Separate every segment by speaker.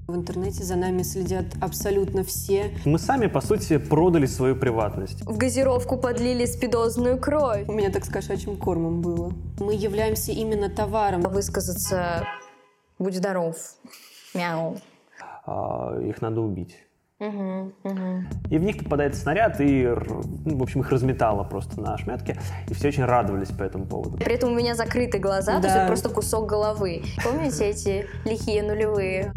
Speaker 1: В интернете за нами следят абсолютно все.
Speaker 2: Мы сами, по сути, продали свою приватность.
Speaker 3: В газировку подлили спидозную кровь.
Speaker 1: У меня так с кошачьим кормом было. Мы являемся именно товаром.
Speaker 3: Высказаться «будь здоров», «мяу».
Speaker 2: Их надо убить. И в них попадает снаряд, и, в общем, их разметало просто на ошметке, и все очень радовались по этому поводу.
Speaker 3: При этом у меня закрыты глаза,
Speaker 1: Да.
Speaker 3: то есть это просто кусок головы. Помните эти лихие нулевые?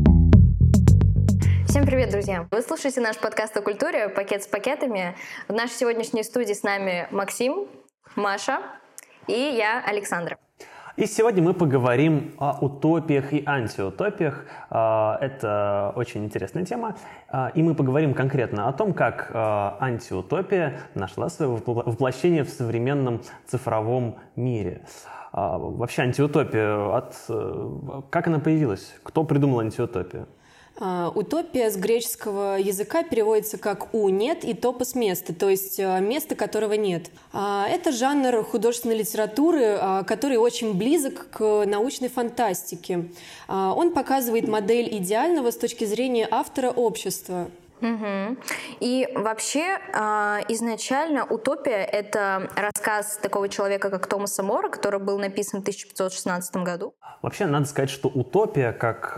Speaker 3: Всем привет, друзья! Вы слушаете наш подкаст о культуре «Пакет с пакетами». В нашей сегодняшней студии с нами Максим, Маша и я, Александра.
Speaker 2: И сегодня мы поговорим о утопиях и антиутопиях. Это очень интересная тема. И мы поговорим конкретно о том, как антиутопия нашла свое воплощение в современном цифровом мире. Вообще антиутопия, как она появилась? Кто придумал антиутопию?
Speaker 1: Утопия с греческого языка переводится как «у» — «нет» и «топос» — «место», то есть место, которого нет. Это жанр художественной литературы, который очень близок к научной фантастике. Он показывает модель идеального с точки зрения автора общества.
Speaker 3: Угу. И вообще изначально «Утопия» — это рассказ такого человека, как Томаса Мора, который был написан в 1516 году.
Speaker 2: Вообще, надо сказать, что утопия как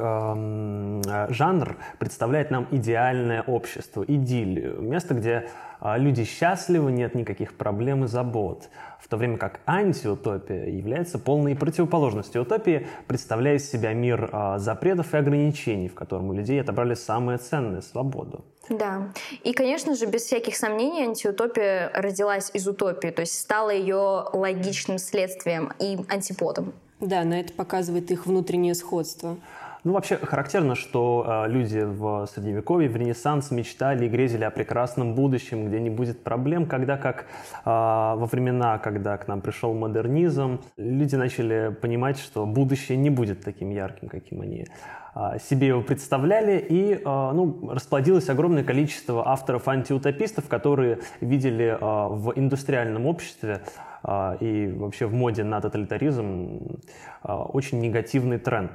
Speaker 2: жанр представляет нам идеальное общество, идиллию, место, где люди счастливы, нет никаких проблем и забот. В то время как антиутопия является полной противоположностью утопии, представляя из себя мир запретов и ограничений, в котором у людей отобрали самое ценное — свободу.
Speaker 3: Да. И, конечно же, без всяких сомнений, антиутопия родилась из утопии, то есть стала ее логичным следствием и антиподом.
Speaker 1: Да, на это показывает их внутреннее сходство.
Speaker 2: Ну, вообще характерно, что люди в Средневековье, в Ренессанс мечтали и грезили о прекрасном будущем, где не будет проблем, когда, как во времена, когда к нам пришел модернизм, люди начали понимать, что будущее не будет таким ярким, каким они себе его представляли, и расплодилось огромное количество авторов-антиутопистов, которые видели в индустриальном обществе и вообще в моде на тоталитаризм очень негативный тренд.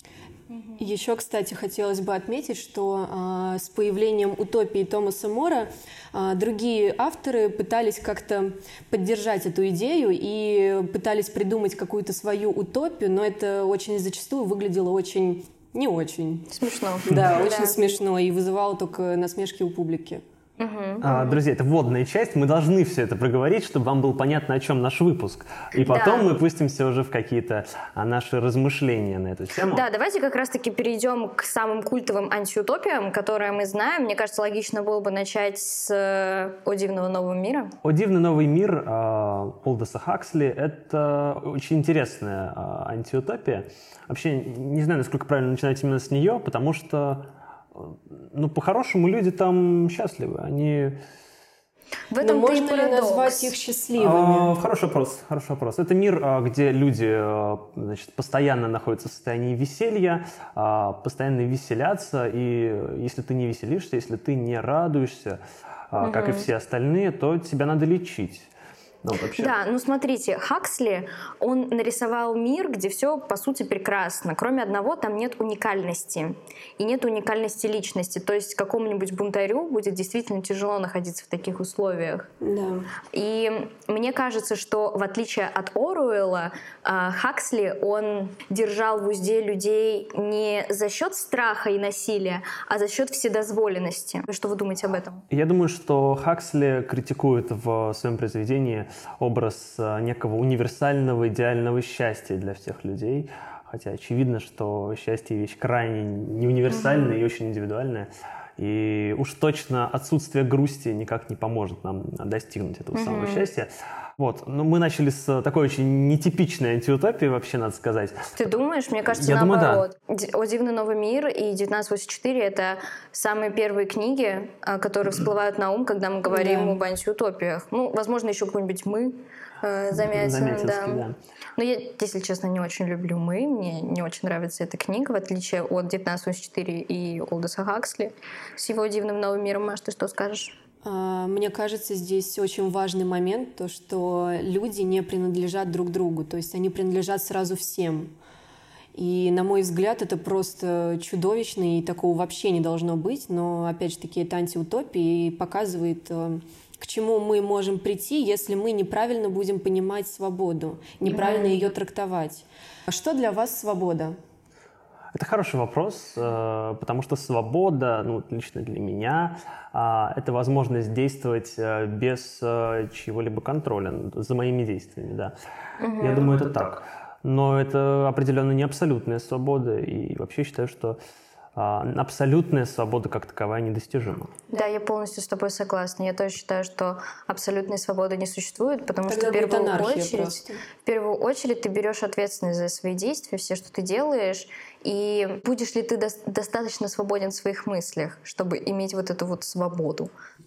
Speaker 1: Еще, кстати, хотелось бы отметить, что с появлением утопии Томаса Мора другие авторы пытались как-то поддержать эту идею и пытались придумать какую-то свою утопию, но это очень зачастую выглядело очень не очень.
Speaker 3: Смешно.
Speaker 1: Да, очень смешно и вызывало только насмешки у публики.
Speaker 2: Друзья, это вводная часть, мы должны все это проговорить, чтобы вам было понятно, о чем наш выпуск. И потом мы пустимся уже в какие-то наши размышления на эту тему.
Speaker 3: Да, давайте как раз-таки перейдем к самым культовым антиутопиям, которые мы знаем. Мне кажется, логично было бы начать с «О дивного нового мира».
Speaker 2: «О дивный новый мир» Олдоса Хаксли — это очень интересная антиутопия. Вообще, не знаю, насколько правильно начинать именно с нее, потому что по-хорошему люди там счастливы. Они...
Speaker 3: В этом
Speaker 1: можно ли назвать их счастливыми?
Speaker 2: Хороший вопрос. Это мир, где люди постоянно находятся в состоянии веселья, постоянно веселятся, и если ты не веселишься, если ты не радуешься, как и все остальные, то тебя надо лечить.
Speaker 3: Да, смотрите, Хаксли, он нарисовал мир, где все, по сути, прекрасно. Кроме одного, там нет уникальности. И нет уникальности личности. То есть какому-нибудь бунтарю будет действительно тяжело находиться в таких условиях.
Speaker 1: Да.
Speaker 3: И мне кажется, что в отличие от Оруэлла, Хаксли, он держал в узде людей не за счет страха и насилия, а за счет вседозволенности. Что вы думаете об этом?
Speaker 2: Я думаю, что Хаксли критикует в своем произведении образ некого универсального идеального счастья для всех людей. Хотя очевидно, что счастье — вещь крайне неуниверсальная и очень индивидуальная. И уж точно отсутствие грусти никак не поможет нам достигнуть этого самого счастья. Но мы начали с такой очень нетипичной антиутопии, вообще, надо сказать.
Speaker 3: Ты думаешь? Мне кажется, наоборот. «О дивный новый мир» и «1984» — это самые первые книги, которые всплывают на ум, когда мы говорим об антиутопиях. Возможно, еще какой-нибудь «Мы» заметим. Да. Но я, если честно, не очень люблю «Мы». Мне не очень нравится эта книга, в отличие от «1984» и Олдоса Хаксли с его «Дивным новым миром». Маш, ты что скажешь?
Speaker 1: Мне кажется, здесь очень важный момент, то, что люди не принадлежат друг другу, то есть они принадлежат сразу всем. И, на мой взгляд, это просто чудовищно, и такого вообще не должно быть. Но, опять же таки, это антиутопия и показывает, к чему мы можем прийти, если мы неправильно будем понимать свободу, неправильно ее трактовать. А что для вас свобода?
Speaker 2: Это хороший вопрос, потому что свобода, лично для меня, это возможность действовать без чьего-либо контроля за моими действиями, да. Я думаю, это так. Но это определенно не абсолютная свобода, и вообще считаю, что абсолютная свобода как таковая недостижима.
Speaker 3: Да, я полностью с тобой согласна. Я тоже считаю, что абсолютной свободы не существует, потому
Speaker 1: Тогда
Speaker 3: что в первую очередь ты берешь ответственность за свои действия, все, что ты делаешь, и будешь ли ты достаточно свободен в своих мыслях, чтобы иметь вот эту вот свободу.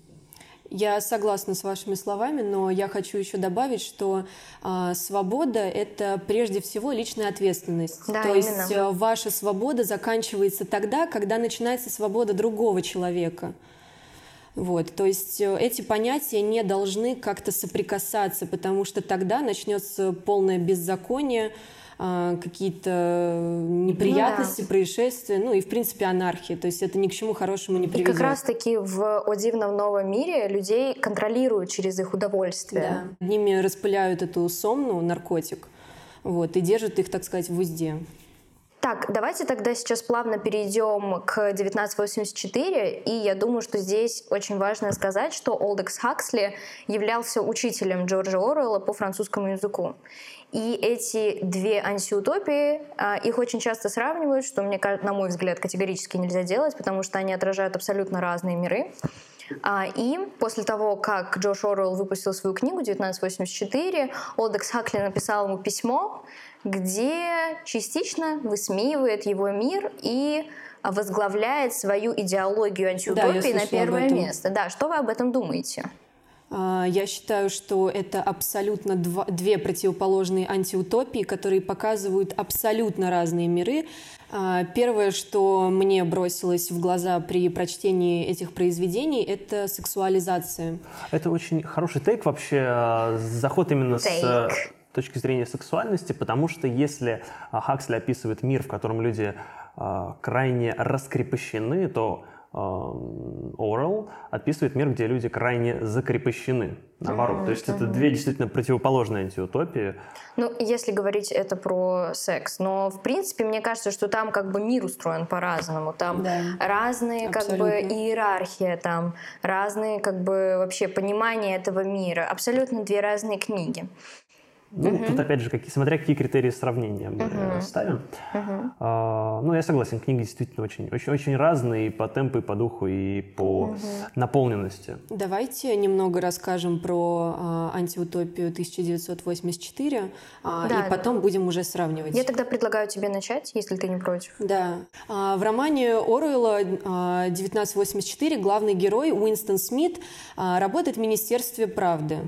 Speaker 1: Я согласна с вашими словами, но я хочу еще добавить, что свобода — это прежде всего личная ответственность.
Speaker 3: Да,
Speaker 1: то
Speaker 3: именно.
Speaker 1: есть ваша свобода заканчивается тогда, когда начинается свобода другого человека. Вот, то есть эти понятия не должны как-то соприкасаться, потому что тогда начнется полное беззаконие, какие-то неприятности, происшествия, и, в принципе, анархия. То есть это ни к чему хорошему не приведет.
Speaker 3: И как раз-таки в «О дивном новом мире» людей контролируют через их удовольствие.
Speaker 1: Да. Ними распыляют эту сомну, наркотик, и держат их, так сказать, в узде.
Speaker 3: Так, давайте тогда сейчас плавно перейдем к 1984, и я думаю, что здесь очень важно сказать, что Олдекс Хаксли являлся учителем Джорджа Оруэлла по французскому языку. И эти две антиутопии, их очень часто сравнивают, что, на мой взгляд, категорически нельзя делать, потому что они отражают абсолютно разные миры. И после того, как Джордж Оруэлл выпустил свою книгу «1984», Олдекс Хаксли написал ему письмо, где частично высмеивает его мир и возглавляет свою идеологию антиутопии на первое место. Да, что вы об этом думаете?
Speaker 1: Я считаю, что это абсолютно две противоположные антиутопии, которые показывают абсолютно разные миры. Первое, что мне бросилось в глаза при прочтении этих произведений, это сексуализация.
Speaker 2: Это очень хороший тейк вообще, заход именно с точки зрения сексуальности, потому что если Хаксли описывает мир, в котором люди крайне раскрепощены, то Оруэлл описывает мир, где люди крайне закрепощены. Наоборот. То есть это две действительно противоположные антиутопии.
Speaker 3: Если говорить это про секс. Но, в принципе, мне кажется, что там как бы мир устроен по-разному. Там разные иерархия, там разные вообще понимания этого мира. Абсолютно две разные книги.
Speaker 2: Тут опять же, смотря какие критерии сравнения мы ставим. Я согласен, книги действительно очень разные и по темпу, и по духу, и по наполненности.
Speaker 1: Давайте немного расскажем про антиутопию 1984, и потом будем уже сравнивать.
Speaker 3: Я тогда предлагаю тебе начать, если ты не против.
Speaker 1: Да. В романе Оруэлла 1984 главный герой Уинстон Смит работает в Министерстве правды.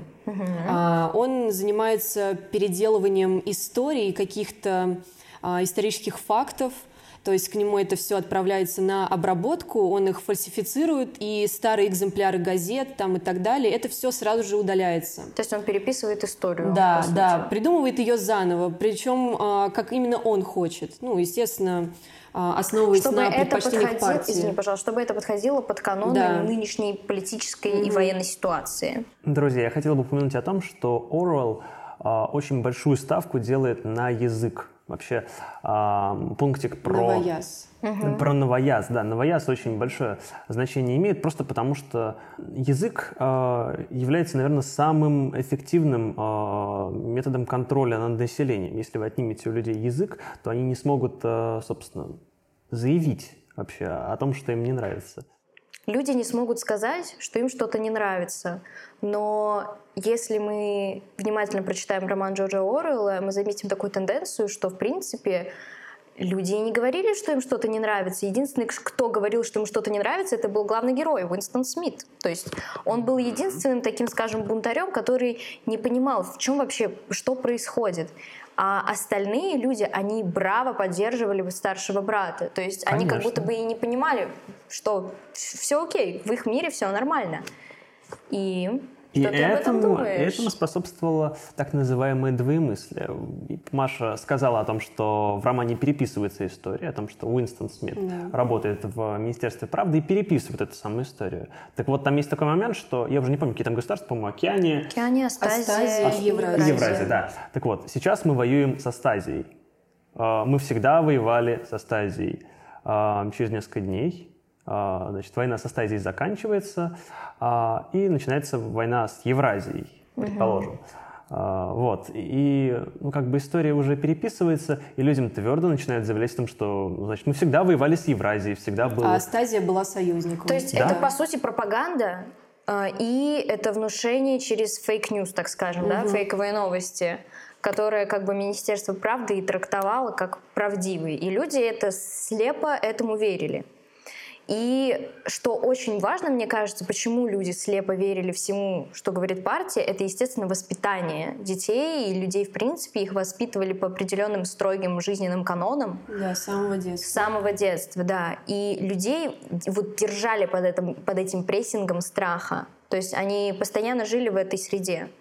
Speaker 1: Он занимается переделыванием историй, каких-то исторических фактов, то есть к нему это все отправляется на обработку, он их фальсифицирует, и старые экземпляры газет и так далее, это все сразу же удаляется.
Speaker 3: То есть он переписывает историю?
Speaker 1: Да, придумывает ее заново, причем как именно он хочет. Естественно, основываясь на предпочтениях партии.
Speaker 3: Извини, пожалуйста, чтобы это подходило под каноны нынешней политической и военной ситуации.
Speaker 2: Друзья, я хотел бы упомянуть о том, что Оруэлл очень большую ставку делает на язык. Вообще пунктик про новояз. Да, новояз очень большое значение имеет, просто потому что язык является, наверное, самым эффективным методом контроля над населением. Если вы отнимете у людей язык, то они не смогут, собственно, заявить вообще о том, что им не нравится.
Speaker 3: Люди не смогут сказать, что им что-то не нравится. Но если мы внимательно прочитаем роман Джорджа Оруэлла, мы заметим такую тенденцию, что, в принципе, люди не говорили, что им что-то не нравится. Единственный, кто говорил, что им что-то не нравится, это был главный герой, Уинстон Смит. То есть он был единственным таким, скажем, бунтарем, который не понимал, в чем вообще, что происходит. А остальные люди, они браво поддерживали бы старшего брата. То есть они как будто бы и не понимали, что все окей, в их мире все нормально. И
Speaker 2: И этому способствовало так называемое двоемыслие. Маша сказала о том, что в романе переписывается история, о том, что Уинстон Смит работает в Министерстве правды и переписывает эту самую историю. Так вот, там есть такой момент, что, я уже не помню, какие там государства, по-моему, Океания,
Speaker 3: Астазия и
Speaker 2: Евразия, да. Так вот, сейчас мы воюем с Астазией. Мы всегда воевали с Астазией. Через несколько дней значит, война с Астазией заканчивается, и начинается война с Евразией, предположим. Вот. И как бы история уже переписывается, и людям твердо начинают заявлять о том, что значит, мы всегда воевали с Евразией, всегда было...
Speaker 1: А Астазия была союзником.
Speaker 3: То есть это, по сути, пропаганда, и это внушение через фейк-ньюс, так скажем, да, фейковые новости, которые как бы Министерство правды и трактовало как правдивые. И люди это слепо этому верили. И что очень важно, мне кажется, почему люди слепо верили всему, что говорит партия, это, естественно, воспитание детей и людей в принципе. Их воспитывали по определенным строгим жизненным канонам.
Speaker 1: Да, с самого детства.
Speaker 3: С самого детства, да. И людей вот держали под этим прессингом страха. То есть они постоянно жили в этой среде.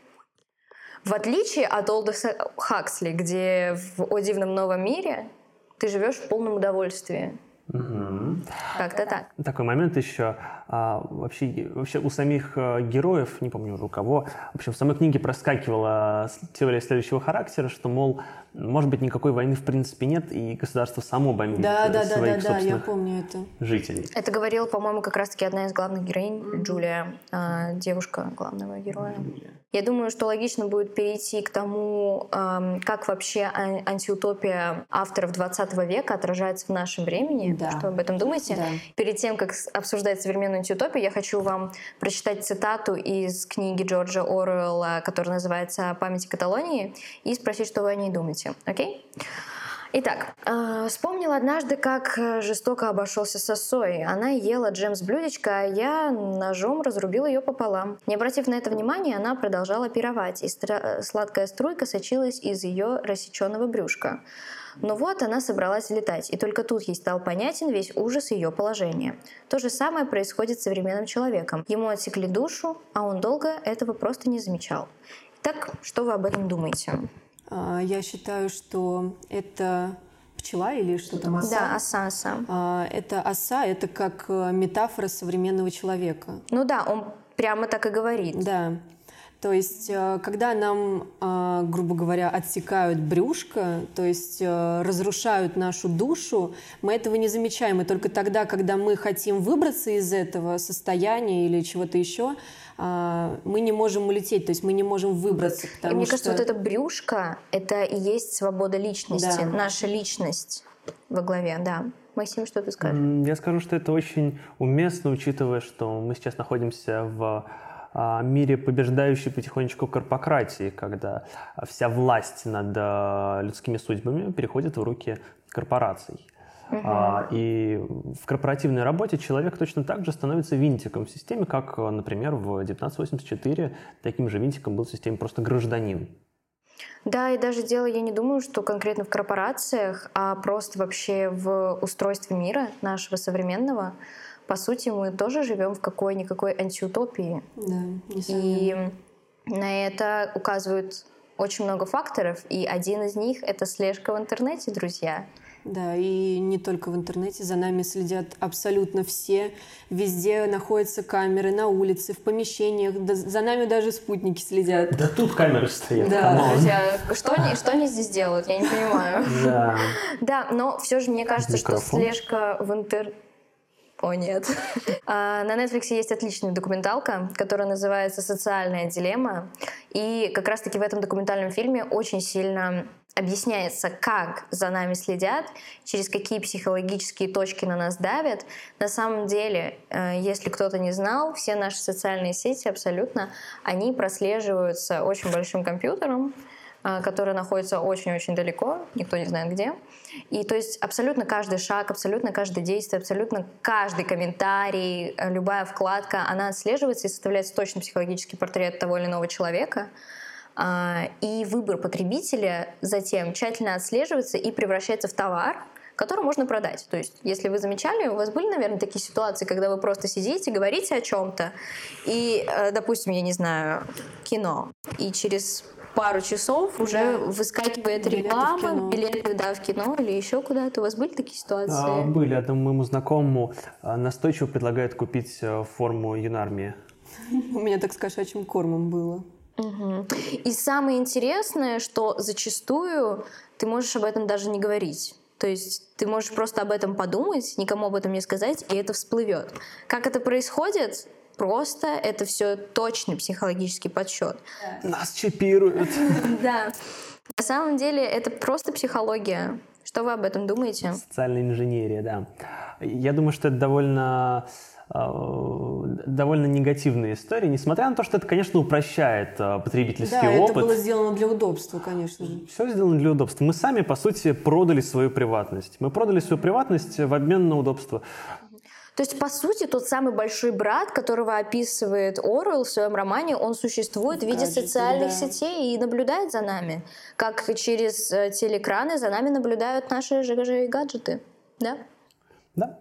Speaker 3: В отличие от Олдоса Хаксли, где в «О дивном новом мире» ты живешь в полном удовольствии. Как-то так.
Speaker 2: Такой момент еще. Вообще у самих героев, не помню уже у кого, в общем, в самой книге проскакивала теория следующего характера, что, мол, может быть, никакой войны в принципе нет, и государство само бомбит своих собственных
Speaker 1: я помню это.
Speaker 2: жителей.
Speaker 3: Это говорила, по-моему, как раз-таки одна из главных героинь, Джулия, девушка главного героя. Я думаю, что логично будет перейти к тому, как вообще антиутопия авторов 20 века отражается в нашем времени.
Speaker 1: Да.
Speaker 3: Что вы об этом думаете?
Speaker 1: Да.
Speaker 3: Перед тем, как обсуждать современную антиутопию, я хочу вам прочитать цитату из книги Джорджа Оруэлла, которая называется «Память Каталонии», и спросить, что вы о ней думаете. Окей? Итак, вспомнила однажды, как жестоко обошелся с осой. Она ела джем с блюдечка, а я ножом разрубил ее пополам. Не обратив на это внимания, она продолжала пировать, и сладкая струйка сочилась из ее рассеченного брюшка. Но вот она собралась летать, и только тут ей стал понятен весь ужас ее положения. То же самое происходит с современным человеком. Ему отсекли душу, а он долго этого просто не замечал. Итак, что вы об этом думаете?
Speaker 1: Я считаю, что это пчела или что там оса?
Speaker 3: Да, оса.
Speaker 1: Это оса, это как метафора современного человека.
Speaker 3: Ну да, он прямо так и говорит.
Speaker 1: Да. То есть, когда нам, грубо говоря, отсекают брюшко, то есть разрушают нашу душу, мы этого не замечаем. И только тогда, когда мы хотим выбраться из этого состояния или чего-то еще, мы не можем улететь, то есть мы не можем выбраться.
Speaker 3: И мне кажется, вот это брюшко, это и есть свобода личности,
Speaker 1: да.
Speaker 3: Наша личность во главе, да. Максим, что ты скажешь?
Speaker 2: Я скажу, что это очень уместно, учитывая, что мы сейчас находимся в мире побеждающей потихонечку корпократии, когда вся власть над людскими судьбами переходит в руки корпораций. И в корпоративной работе человек точно так же становится винтиком в системе, как, например, в 1984 таким же винтиком был в системе просто гражданин.
Speaker 3: Да, и даже дело, я не думаю, что конкретно в корпорациях, а просто вообще в устройстве мира нашего современного. По сути, мы тоже живем в какой-никакой антиутопии.
Speaker 1: Да,
Speaker 3: и на это указывают очень много факторов, и один из них — это слежка в интернете, друзья.
Speaker 1: Да, и не только в интернете, за нами следят абсолютно все. Везде находятся камеры, на улице, в помещениях, да, за нами даже спутники следят.
Speaker 2: Да тут камеры стоят.
Speaker 3: Да, друзья, что они здесь делают, я не понимаю.
Speaker 2: Да.
Speaker 3: Да, но все же мне кажется, что слежка в интернете... О, нет. На Netflix есть отличная документалка, которая называется «Социальная дилемма». И как раз-таки в этом документальном фильме очень сильно объясняется, как за нами следят, через какие психологические точки на нас давят. На самом деле, если кто-то не знал, все наши социальные сети абсолютно, они прослеживаются очень большим компьютером, который находится очень-очень далеко, никто не знает где. И то есть абсолютно каждый шаг, абсолютно каждое действие, абсолютно каждый комментарий, любая вкладка, она отслеживается и составляет точный психологический портрет того или иного человека. И выбор потребителя затем тщательно отслеживается и превращается в товар, который можно продать. То есть, если вы замечали, у вас были, наверное, такие ситуации, когда вы просто сидите, говорите о чем-то, и, допустим, я не знаю, кино, и через пару часов уже выскакивает реклама, билеты в кино или еще куда-то. У вас были такие ситуации?
Speaker 2: Были. Одному моему знакомому настойчиво предлагают купить форму юнармии.
Speaker 1: У меня так с кошачьим кормом было.
Speaker 3: Угу. И самое интересное, что зачастую ты можешь об этом даже не говорить. То есть ты можешь просто об этом подумать, никому об этом не сказать, и это всплывет. Как это происходит? Просто это все точный психологический подсчет.
Speaker 2: Нас чипируют.
Speaker 3: Да. На самом деле это просто психология. Что вы об этом думаете?
Speaker 2: Социальная инженерия, да. Я думаю, что это довольно негативная история, несмотря на то, что это, конечно, упрощает потребительский опыт.
Speaker 1: Да, это было сделано для удобства, конечно же.
Speaker 2: Все сделано для удобства. Мы сами, по сути, продали свою приватность. Мы продали свою приватность в обмен на удобство.
Speaker 3: То есть, по сути, тот самый большой брат, которого описывает Оруэлл в своем романе, он существует в виде социальных сетей и наблюдает за нами. Как через телеэкраны за нами наблюдают наши ЖГЖ и гаджеты. Да?
Speaker 2: Да.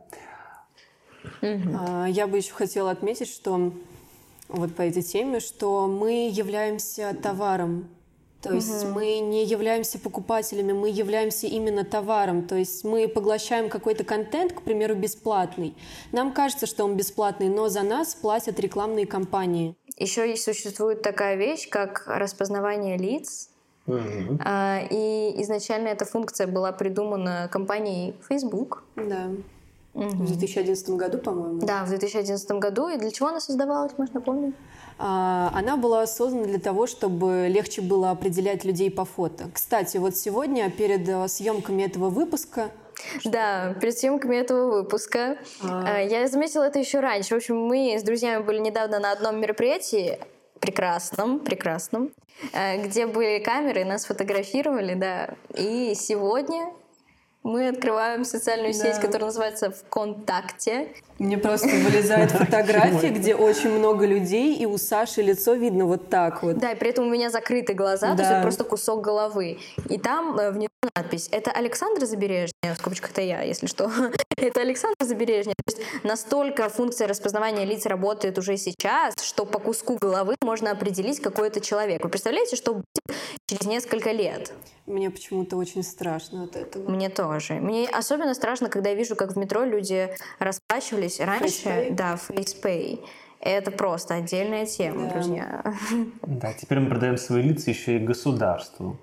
Speaker 1: Я бы еще хотела отметить, что вот по этой теме, что мы являемся товаром. То есть мы не являемся покупателями, мы являемся именно товаром. То есть мы поглощаем какой-то контент, к примеру, бесплатный. Нам кажется, что он бесплатный, но за нас платят рекламные компании.
Speaker 3: Еще и существует такая вещь, как распознавание лиц. И изначально эта функция была придумана компанией Facebook.
Speaker 1: Да. В 2011 году, по-моему.
Speaker 3: Да, в 2011 году. И для чего она создавалась, можно напомнить?
Speaker 1: Она была создана для того, чтобы легче было определять людей по фото. Кстати, вот сегодня перед съемками этого выпуска...
Speaker 3: Да, перед съемками этого выпуска. Я заметила это еще раньше. В общем, мы с друзьями были недавно на одном мероприятии, прекрасном, где были камеры, нас фотографировали, да. И сегодня мы открываем социальную сеть, которая называется ВКонтакте.
Speaker 1: Мне просто вылезает фотография, где очень много людей, и у Саши лицо видно вот так вот.
Speaker 3: Да, и при этом у меня закрыты глаза, то есть это просто кусок головы. И там внизу надпись: это Александра Забережная, в скобочках это я, если что. Это Александра Забережная. То есть настолько функция распознавания лиц работает уже сейчас, что по куску головы можно определить, какой это человек. Вы представляете, что будет через несколько лет?
Speaker 1: Мне почему-то очень страшно от этого.
Speaker 3: Мне тоже. Мне особенно страшно, когда я вижу, как в метро люди расплачивались раньше.
Speaker 1: FacePay?
Speaker 3: Да, FacePay. Это просто отдельная тема, друзья.
Speaker 2: Да, теперь мы продаем свои лица еще и государству.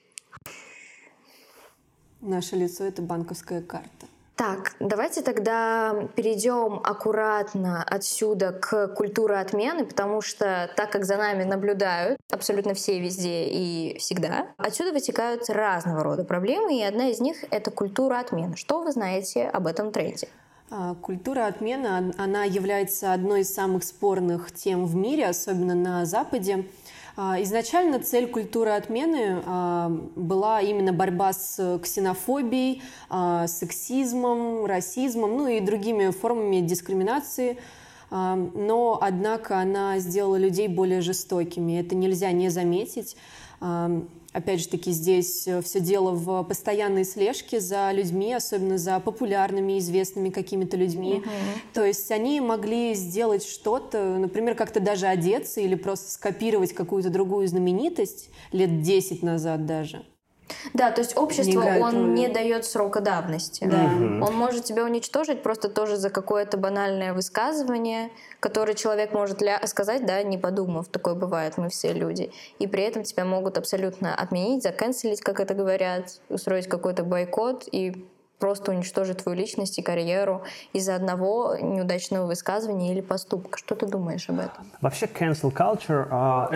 Speaker 1: Наше лицо — это банковская карта.
Speaker 3: Так, давайте тогда перейдем аккуратно отсюда к культуре отмены, потому что так как за нами наблюдают абсолютно все везде и всегда, отсюда вытекают разного рода проблемы, и одна из них — это культура отмены. Что вы знаете об этом тренде?
Speaker 1: Культура отмены, она является одной из самых спорных тем в мире, особенно на Западе. Изначально цель культуры отмены была именно борьба с ксенофобией, сексизмом, расизмом, ну и другими формами дискриминации. Но, однако, она сделала людей более жестокими. Это нельзя не заметить. Опять же таки, здесь все дело в постоянной слежке за людьми, особенно за популярными, известными какими-то людьми. То есть они могли сделать что-то, например, как-то даже одеться или просто скопировать какую-то другую знаменитость лет 10 назад даже.
Speaker 3: Да, то есть общество, он не дает срока давности. Да. Он может тебя уничтожить просто тоже за какое-то банальное высказывание, которое человек может сказать, да, не подумав. Такое бывает, мы все люди. И при этом тебя могут абсолютно отменить, заканцелить, как это говорят, устроить какой-то бойкот и просто уничтожить твою личность и карьеру из-за одного неудачного высказывания или поступка. Что ты думаешь об этом?
Speaker 2: Вообще, cancel culture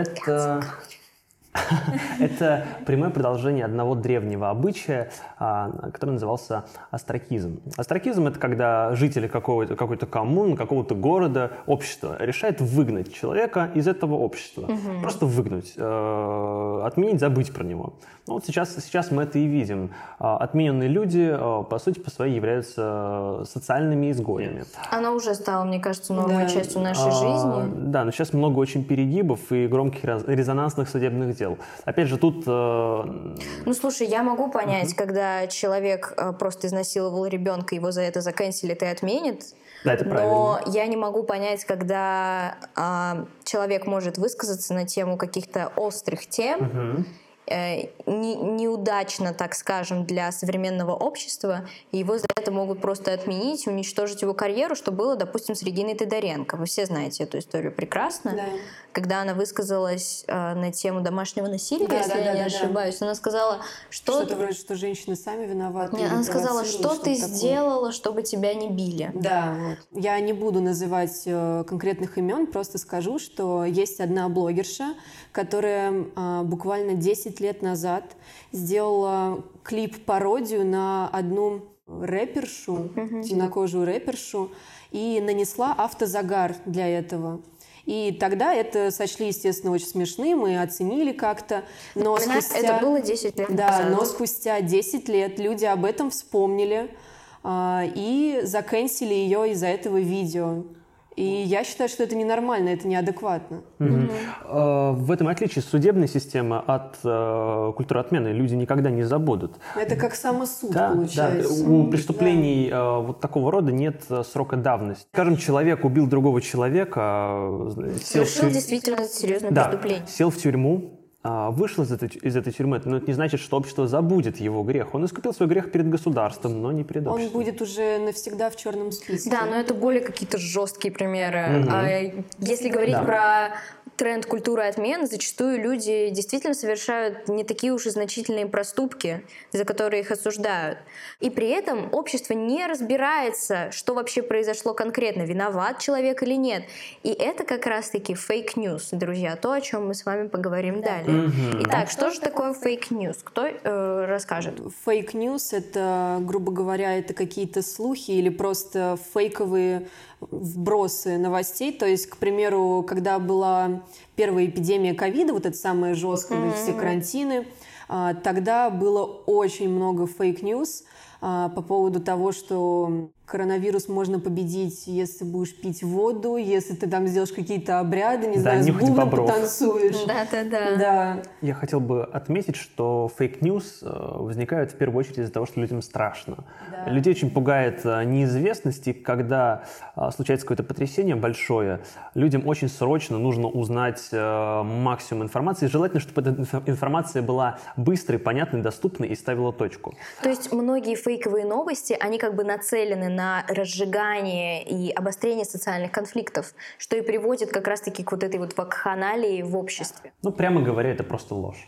Speaker 2: это прямое продолжение одного древнего обычая, который назывался остракизм. Остракизм — это когда жители какой-то коммуны, какого-то города, общества решают выгнать человека из этого общества. Просто выгнать, отменить, забыть про него. Ну, вот сейчас мы это и видим. Отмененные люди, по сути, по своей являются социальными изгоями.
Speaker 3: Она уже стала, мне кажется, новой частью нашей жизни.
Speaker 2: Да, но сейчас много очень перегибов и громких резонансных судебных сделал. Опять же, тут...
Speaker 3: Ну, слушай, я могу понять, когда человек просто изнасиловал ребенка, его за это заканчелят и отменят.
Speaker 2: Да, это правильно.
Speaker 3: Но я не могу понять, когда человек может высказаться на тему каких-то острых тем, неудачно, так скажем, для современного общества, и его за это могут просто отменить, уничтожить его карьеру, что было, допустим, с Региной Тодоренко. Вы все знаете эту историю прекрасно.
Speaker 1: Да.
Speaker 3: Когда она высказалась на тему домашнего насилия, если я не ошибаюсь, она сказала,
Speaker 1: что-то вроде, что женщины сами виноваты.
Speaker 3: Нет, она сказала, что ты сделала, чтобы тебя не били.
Speaker 1: Да, вот. Я не буду называть конкретных имен, просто скажу, что есть одна блогерша, которая буквально 10 лет назад сделала клип-пародию на одну рэпершу, темнокожую рэпершу, и нанесла автозагар для этого. И тогда это сочли, естественно, очень смешным и оценили как-то. Но
Speaker 3: это было 10 лет
Speaker 1: да,
Speaker 3: назад.
Speaker 1: Но спустя 10 лет люди об этом вспомнили и закэнсили ее из-за этого видео. И я считаю, что это ненормально, это неадекватно.
Speaker 2: В этом отличие судебной системы от культуры отмены. Люди никогда не забудут.
Speaker 1: Это как самосуд получается.
Speaker 2: Да. У преступлений вот такого рода нет срока давности. Скажем, человек убил другого человека,
Speaker 3: совершил действительно серьезное преступление.
Speaker 2: Сел в тюрьму, вышел из этой тюрьмы, но это не значит, что общество забудет его грех. Он искупил свой грех перед государством, но не перед обществом.
Speaker 1: Он будет уже навсегда в черном списке.
Speaker 3: Да, но это более какие-то жесткие примеры. Если говорить про тренд культуры отмены, зачастую люди действительно совершают не такие уж и значительные проступки, за которые их осуждают. И при этом общество не разбирается, что вообще произошло конкретно, виноват человек или нет. И это как раз-таки фейк-ньюс, друзья, то, о чем мы с вами поговорим далее. Итак, что же такое фейк-ньюс? Кто расскажет?
Speaker 1: Фейк-ньюс — это, грубо говоря, это какие-то слухи или просто фейковые вбросы новостей. То есть, к примеру, когда была первая эпидемия ковида, вот это самое жесткое, все карантины, тогда было очень много фейк-ньюс по поводу того, что коронавирус можно победить, если будешь пить воду, если ты там сделаешь какие-то обряды, не знаю, с бубном потанцуешь.
Speaker 3: Да.
Speaker 2: Я хотел бы отметить, что фейк-ньюс возникают в первую очередь из-за того, что людям страшно. Да. Людей очень пугает неизвестность, и когда случается какое-то потрясение большое, людям очень срочно нужно узнать максимум информации. Желательно, чтобы эта информация была быстрой, понятной, доступной и ставила точку.
Speaker 3: То есть многие фейковые новости, они как бы нацелены на разжигание и обострение социальных конфликтов, что и приводит как раз-таки к вот этой вот вакханалии в обществе.
Speaker 2: Ну, прямо говоря, это просто ложь.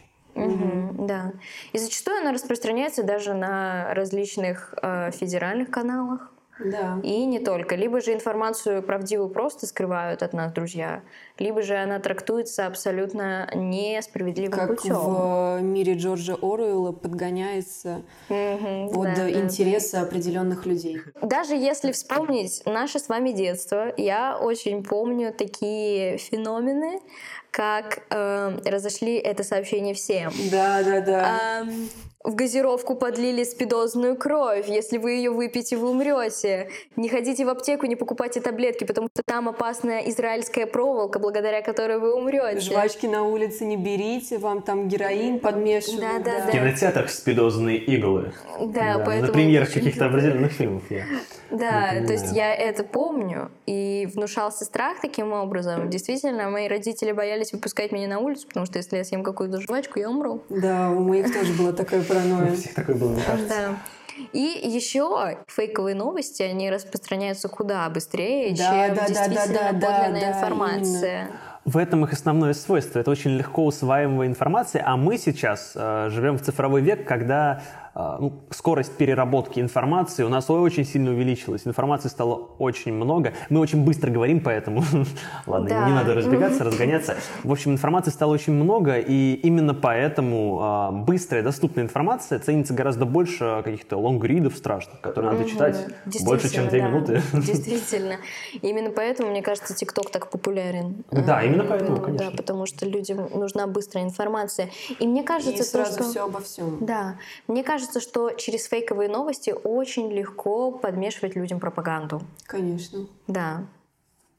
Speaker 3: Да. И зачастую она распространяется даже на различных федеральных каналах.
Speaker 1: Да.
Speaker 3: И не только. Либо же информацию правдивую просто скрывают от нас друзья, либо же она трактуется абсолютно несправедливым путем.
Speaker 1: Как в мире Джорджа Оруэлла подгоняется под интересы определенных людей.
Speaker 3: Даже если вспомнить наше с вами детство, я очень помню такие феномены, как разошли это сообщение всем.
Speaker 1: Да.
Speaker 3: В газировку подлили спидозную кровь. Если вы ее выпьете, вы умрете. Не ходите в аптеку, не покупайте таблетки, потому что там опасная израильская проволока, благодаря которой вы умрете.
Speaker 1: Жвачки на улице не берите, вам там героин подмешивают.
Speaker 3: Да.
Speaker 2: В кинотеатрах спидозные иглы.
Speaker 3: Да, поэтому...
Speaker 2: На премьерах каких-то определенных фильмов я.
Speaker 3: Да, то есть я это помню, и внушался страх таким образом. Действительно, мои родители боялись выпускать меня на улицу, потому что если я съем какую-то жвачку, я умру.
Speaker 1: Да, у моих тоже была такая паранойя.
Speaker 2: У всех такое было, мне кажется.
Speaker 3: Да. И еще фейковые новости, они распространяются куда быстрее, чем действительно подлинная информация.
Speaker 1: Именно.
Speaker 2: В этом их основное свойство. Это очень легко усваиваемая информация, а мы сейчас живем в цифровой век, когда скорость переработки информации у нас очень сильно увеличилась. Информации стало очень много. Мы очень быстро говорим, поэтому... Ладно, не надо разбегаться, разгоняться. В общем, информации стало очень много, и именно поэтому быстрая, доступная информация ценится гораздо больше каких-то лонгридов страшных, которые надо читать больше, чем 2 минуты.
Speaker 3: Действительно. Именно поэтому, мне кажется, ТикТок так популярен.
Speaker 2: Да, именно поэтому, конечно.
Speaker 3: Да, потому что людям нужна быстрая информация. И мне кажется,
Speaker 1: и сразу все обо всем.
Speaker 3: Да. Мне кажется, что через фейковые новости очень легко подмешивать людям пропаганду.
Speaker 1: Конечно.
Speaker 3: Да.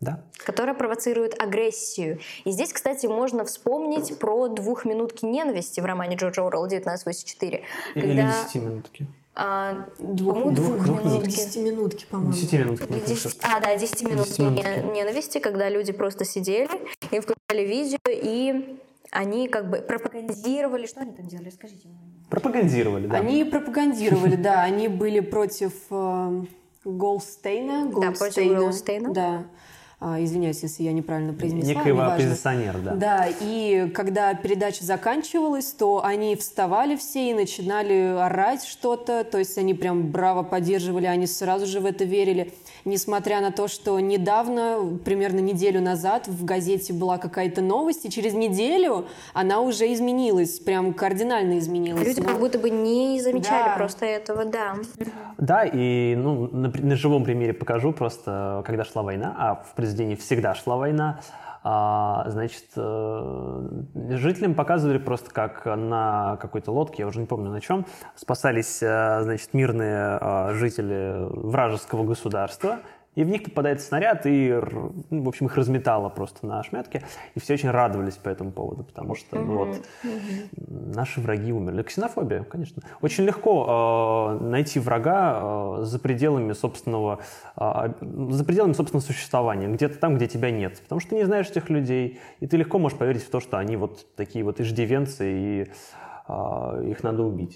Speaker 2: Да.
Speaker 3: Которая провоцирует агрессию. И здесь, кстати, можно вспомнить про 2-минутки ненависти в романе Джорджа Оруэлла 1984.
Speaker 2: Или 10-минутки.
Speaker 3: Двухминутки.
Speaker 1: 10-минутки, по-моему.
Speaker 2: 10-минутки.
Speaker 3: 10-минутки ненависти, когда люди просто сидели и включали видео, и они как бы пропагандировали. Что они там делали? Расскажите мне.
Speaker 2: Пропагандировали, да.
Speaker 1: Они пропагандировали, да. Они были против Голдстейна.
Speaker 3: Да, против Голдстейна.
Speaker 1: Да. Извиняюсь, если я неправильно произнесла.
Speaker 2: Некоего оппозиционера, да.
Speaker 1: Да, и когда передача заканчивалась, то они вставали все и начинали орать что-то, то есть они прям браво поддерживали, они сразу же в это верили. Несмотря на то, что недавно, примерно неделю назад, в газете была какая-то новость, и через неделю она уже изменилась, прям кардинально изменилась.
Speaker 3: Люди как будто бы не замечали просто этого, да.
Speaker 2: Да, и на живом примере покажу просто, когда шла война, а в произведении всегда шла война, значит, жителям показывали просто, как на какой-то лодке, я уже не помню на чем, спасались, значит, мирные жители вражеского государства, и в них попадает снаряд, и, в общем, их разметало просто на ошметке, и все очень радовались по этому поводу, потому что наши враги умерли. Ксенофобия, конечно. Очень легко найти врага за пределами собственного существования, где-то там, где тебя нет, потому что ты не знаешь этих людей, и ты легко можешь поверить в то, что они вот такие вот иждивенцы, и их надо убить.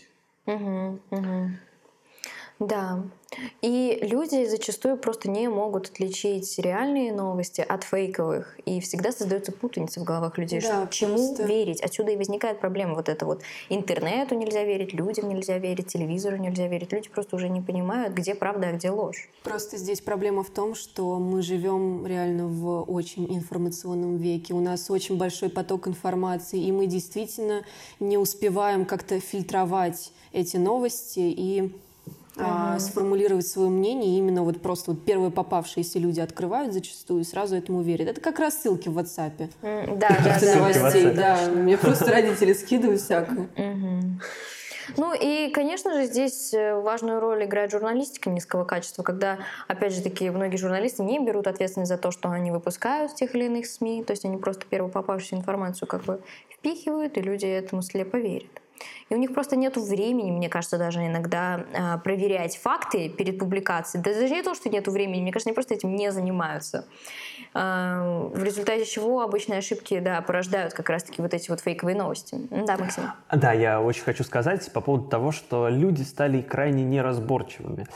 Speaker 3: Да. И люди зачастую просто не могут отличить реальные новости от фейковых. И всегда создается путаница в головах людей.
Speaker 1: Да,
Speaker 3: чему верить? Отсюда и возникает проблема. Вот это вот интернету нельзя верить, людям нельзя верить, телевизору нельзя верить. Люди просто уже не понимают, где правда, а где ложь.
Speaker 1: Просто здесь проблема в том, что мы живем реально в очень информационном веке. У нас очень большой поток информации, и мы действительно не успеваем как-то фильтровать эти новости и сформулировать свое мнение. И именно вот просто вот первые попавшиеся люди открывают зачастую и сразу этому верят. Это как раз ссылки в WhatsApp.
Speaker 3: Да.
Speaker 1: Новостей, да. Мне просто родители скидывают всякое.
Speaker 3: Ну и, конечно же, здесь важную роль играет журналистика низкого качества, когда, опять же таки, многие журналисты не берут ответственность за то, что они выпускают в тех или иных СМИ, то есть они просто первую попавшуюся информацию как бы впихивают, и люди этому слепо верят. И у них просто нет времени, мне кажется, даже иногда проверять факты перед публикацией. Да даже не то, что нет времени, мне кажется, они просто этим не занимаются. В результате чего обычные ошибки, да, порождают как раз-таки вот эти вот фейковые новости. Да, Максим?
Speaker 2: Да, я очень хочу сказать по поводу того, что люди стали крайне неразборчивыми.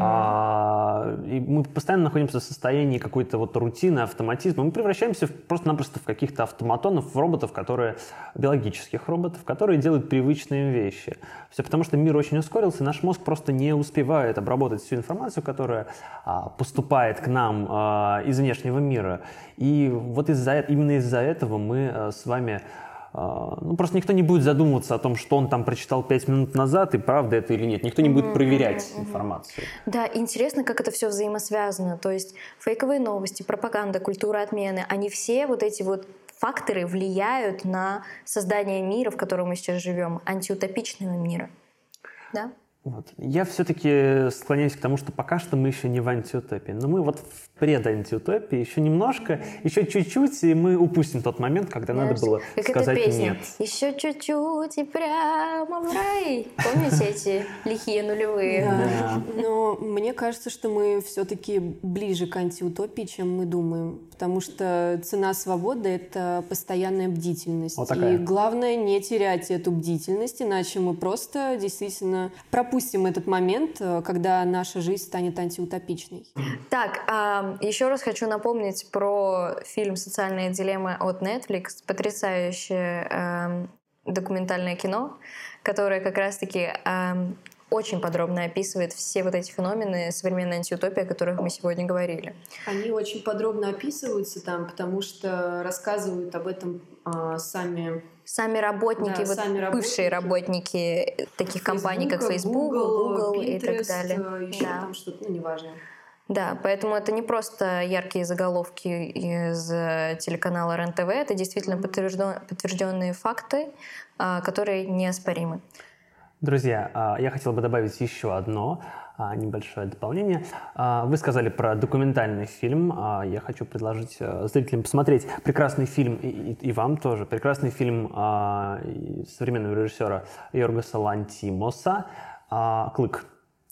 Speaker 2: И мы постоянно находимся в состоянии какой-то вот рутины, автоматизма. Мы превращаемся просто-напросто в каких-то автоматонов, в роботов, биологических роботов, которые делают привычные вещи. Все потому, что мир очень ускорился, и наш мозг просто не успевает обработать всю информацию, которая поступает к нам из внешнего мира. И вот именно из-за этого мы с вами... просто никто не будет задумываться о том, что он там прочитал 5 минут назад, и правда это или нет. Никто не будет проверять информацию.
Speaker 3: Да, интересно, как это все взаимосвязано. То есть фейковые новости, пропаганда, культура отмены, они все вот эти вот факторы влияют на создание мира, в котором мы сейчас живем, антиутопичного мира. Да?
Speaker 2: Вот. Я все-таки склоняюсь к тому, что пока что мы еще не в антиутопии. Но мы вот в предантиутопии еще немножко, еще чуть-чуть, и мы упустим тот момент, когда надо было сказать «нет».
Speaker 3: Еще чуть-чуть и прямо в рай. Помните эти лихие нулевые?
Speaker 1: Да. Но мне кажется, что мы все-таки ближе к антиутопии, чем мы думаем. Потому что цена свободы — это постоянная бдительность.
Speaker 2: Вот такая.
Speaker 1: И главное не терять эту бдительность, иначе мы просто действительно пропустим этот момент, когда наша жизнь станет антиутопичной.
Speaker 3: Так, еще раз хочу напомнить про фильм «Социальная дилемма» от Netflix. Потрясающее документальное кино, которое как раз-таки очень подробно описывает все вот эти феномены современной антиутопии, о которых мы сегодня говорили.
Speaker 1: Они очень подробно описываются там, потому что рассказывают об этом
Speaker 3: Сами работники,
Speaker 1: да,
Speaker 3: бывшие работники таких компаний, как Facebook, Google и так далее.
Speaker 1: Еще там что-то, неважно.
Speaker 3: Да, поэтому это не просто яркие заголовки из телеканала РЕН-ТВ, это действительно подтвержденные факты, которые неоспоримы.
Speaker 2: Друзья, я хотел бы добавить еще одно. небольшое дополнение. Вы сказали про документальный фильм. Я хочу предложить зрителям посмотреть прекрасный фильм, и вам тоже, прекрасный фильм современного режиссера Йоргоса Лантимоса «Клык».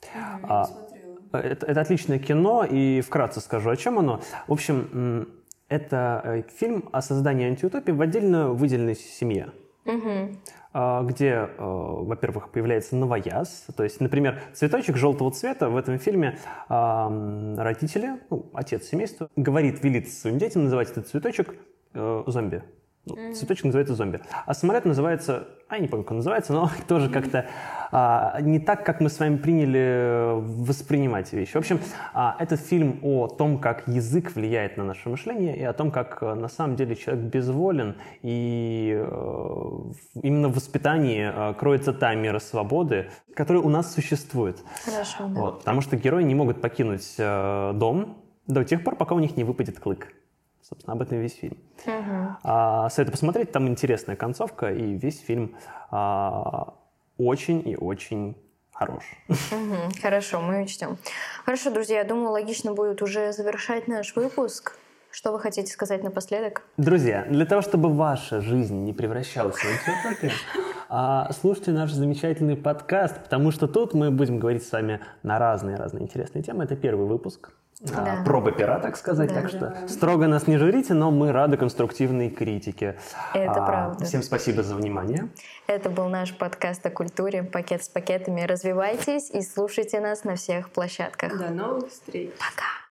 Speaker 2: Это отличное кино, и вкратце скажу, о чем оно. В общем, это фильм о создании антиутопии в отдельно выделенной семье. Где, во-первых, появляется новояз. То есть, например, цветочек желтого цвета в этом фильме родители, отец семейства, велит своим детям называть этот цветочек зомби. Цветочек называется зомби. А самолет называется... Я не помню, как он называется, но тоже как-то не так, как мы с вами приняли воспринимать вещи. В общем, этот фильм о том, как язык влияет на наше мышление, и о том, как на самом деле человек безволен, и именно в воспитании кроется та мера свободы, которая у нас существует.
Speaker 3: Хорошо, да.
Speaker 2: Потому что герои не могут покинуть дом до тех пор, пока у них не выпадет клык. Собственно, об этом весь фильм. Советую посмотреть, там интересная концовка, и весь фильм очень и очень хорош.
Speaker 3: Хорошо, мы учтем. Хорошо, друзья, я думаю, логично будет уже завершать наш выпуск. Что вы хотите сказать напоследок?
Speaker 2: Друзья, для того, чтобы ваша жизнь не превращалась в антиутопию, слушайте наш замечательный подкаст, потому что тут мы будем говорить с вами на разные-разные интересные темы. Это первый выпуск. Проба пера, так сказать. Так что строго нас не журите, но мы рады конструктивной критике.
Speaker 3: Это правда.
Speaker 2: Всем спасибо за внимание.
Speaker 3: Это был наш подкаст о культуре «Пакет с пакетами». Развивайтесь и слушайте нас на всех площадках.
Speaker 1: До новых встреч.
Speaker 3: Пока.